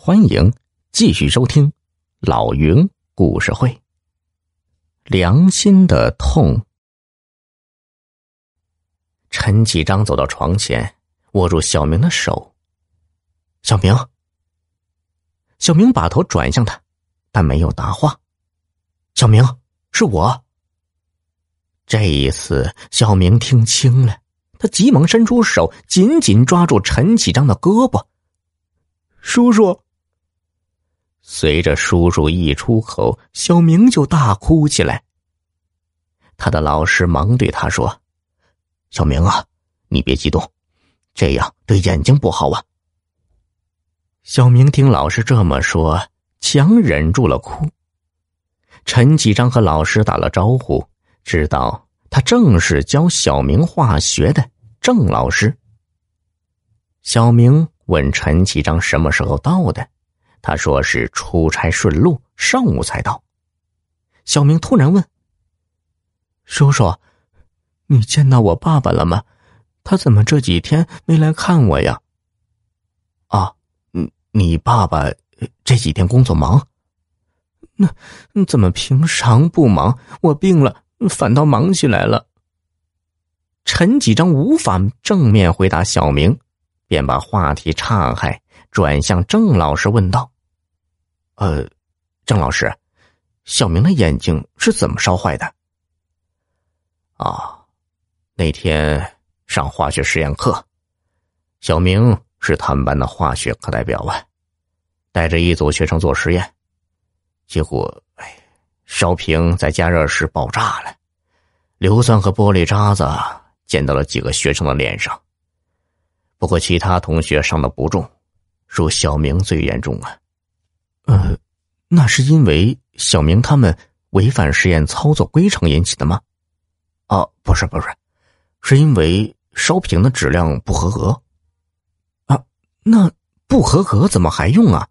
欢迎继续收听老云故事会。良心的痛。陈启章走到床前，握住小明的手。小明。小明把头转向他，但没有答话。小明，是我。这一次小明听清了，他急忙伸出手，紧紧抓住陈启章的胳膊。叔叔。随着叔叔一出口，小明就大哭起来。他的老师忙对他说：小明啊，你别激动，这样对眼睛不好啊。小明听老师这么说，强忍住了哭。陈启章和老师打了招呼，知道他正是教小明化学的郑老师。小明问陈启章什么时候到的，他说是出差顺路，上午才到。小明突然问：叔叔，你见到我爸爸了吗？他怎么这几天没来看我呀？啊，你爸爸这几天工作忙。那怎么平常不忙，我病了反倒忙起来了？陈启章无法正面回答小明，便把话题岔开，转向郑老师问道：郑老师，小明的眼睛是怎么烧坏的？那天上化学实验课，小明是他们班的化学课代表啊，带着一组学生做实验，结果烧瓶在加热时爆炸了，硫酸和玻璃渣子溅到了几个学生的脸上。不过其他同学伤得不重，属小明最严重啊。那是因为小明他们违反实验操作规程引起的吗？不是，是因为烧瓶的质量不合格。那不合格怎么还用啊？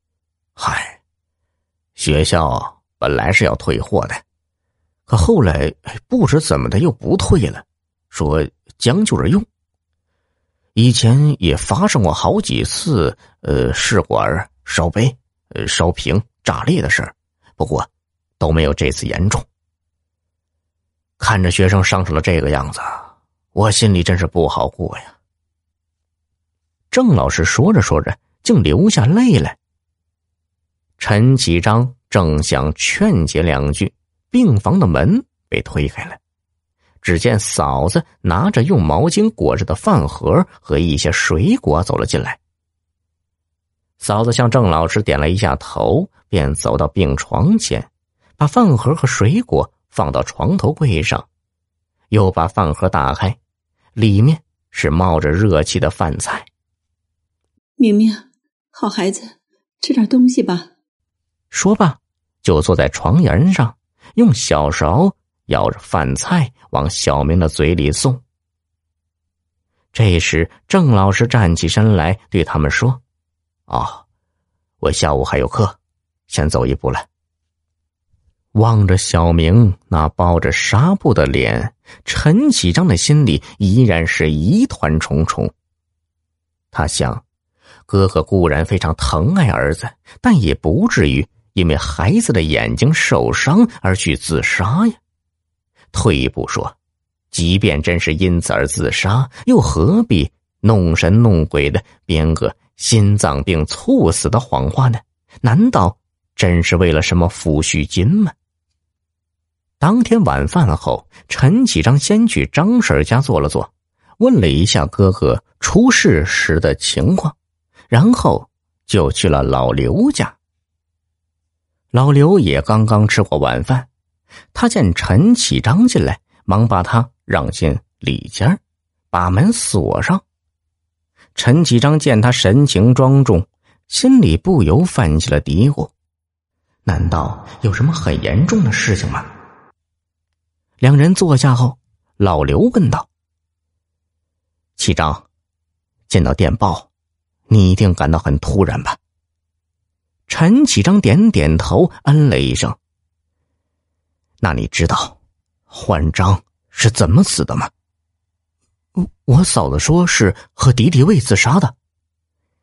学校本来是要退货的，可后来不知怎么的又不退了，说将就着用。以前也发生过好几次试管、烧杯、烧瓶炸裂的事儿，不过都没有这次严重。看着学生伤成了这个样子，我心里真是不好过呀。郑老师说着说着竟流下泪来。陈启章正想劝解两句，病房的门被推开了，只见嫂子拿着用毛巾裹着的饭盒和一些水果走了进来。嫂子向郑老师点了一下头，便走到病床前，把饭盒和水果放到床头柜上，又把饭盒打开，里面是冒着热气的饭菜。 明明，好孩子，吃点东西吧。 说罢，就坐在床沿上，用小勺舀着饭菜往小明的嘴里送。这时郑老师站起身来对他们说：我下午还有课，先走一步了。望着小明那包着纱布的脸，陈启章的心里依然是疑团重重。他想，哥哥固然非常疼爱儿子，但也不至于因为孩子的眼睛受伤而去自杀呀。退一步说，即便真是因此而自杀，又何必弄神弄鬼的编个心脏病猝死的谎话呢？难道真是为了什么抚恤金吗？当天晚饭后，陈启章先去张婶家坐了坐，问了一下哥哥出事时的情况，然后就去了老刘家。老刘也刚刚吃过晚饭，他见陈启章进来，忙把他让进里间，把门锁上。陈启章见他神情庄重，心里不由泛起了嘀咕：难道有什么很严重的事情吗？两人坐下后，老刘问道：启章，见到电报，你一定感到很突然吧？陈启章点点头，嗯了一声。那你知道焕章是怎么死的吗？我嫂子说是和敌敌畏自杀的。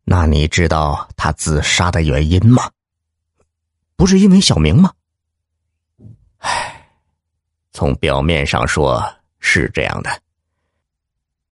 那你知道他自杀的原因吗？不是因为小明吗？唉，从表面上说是这样的，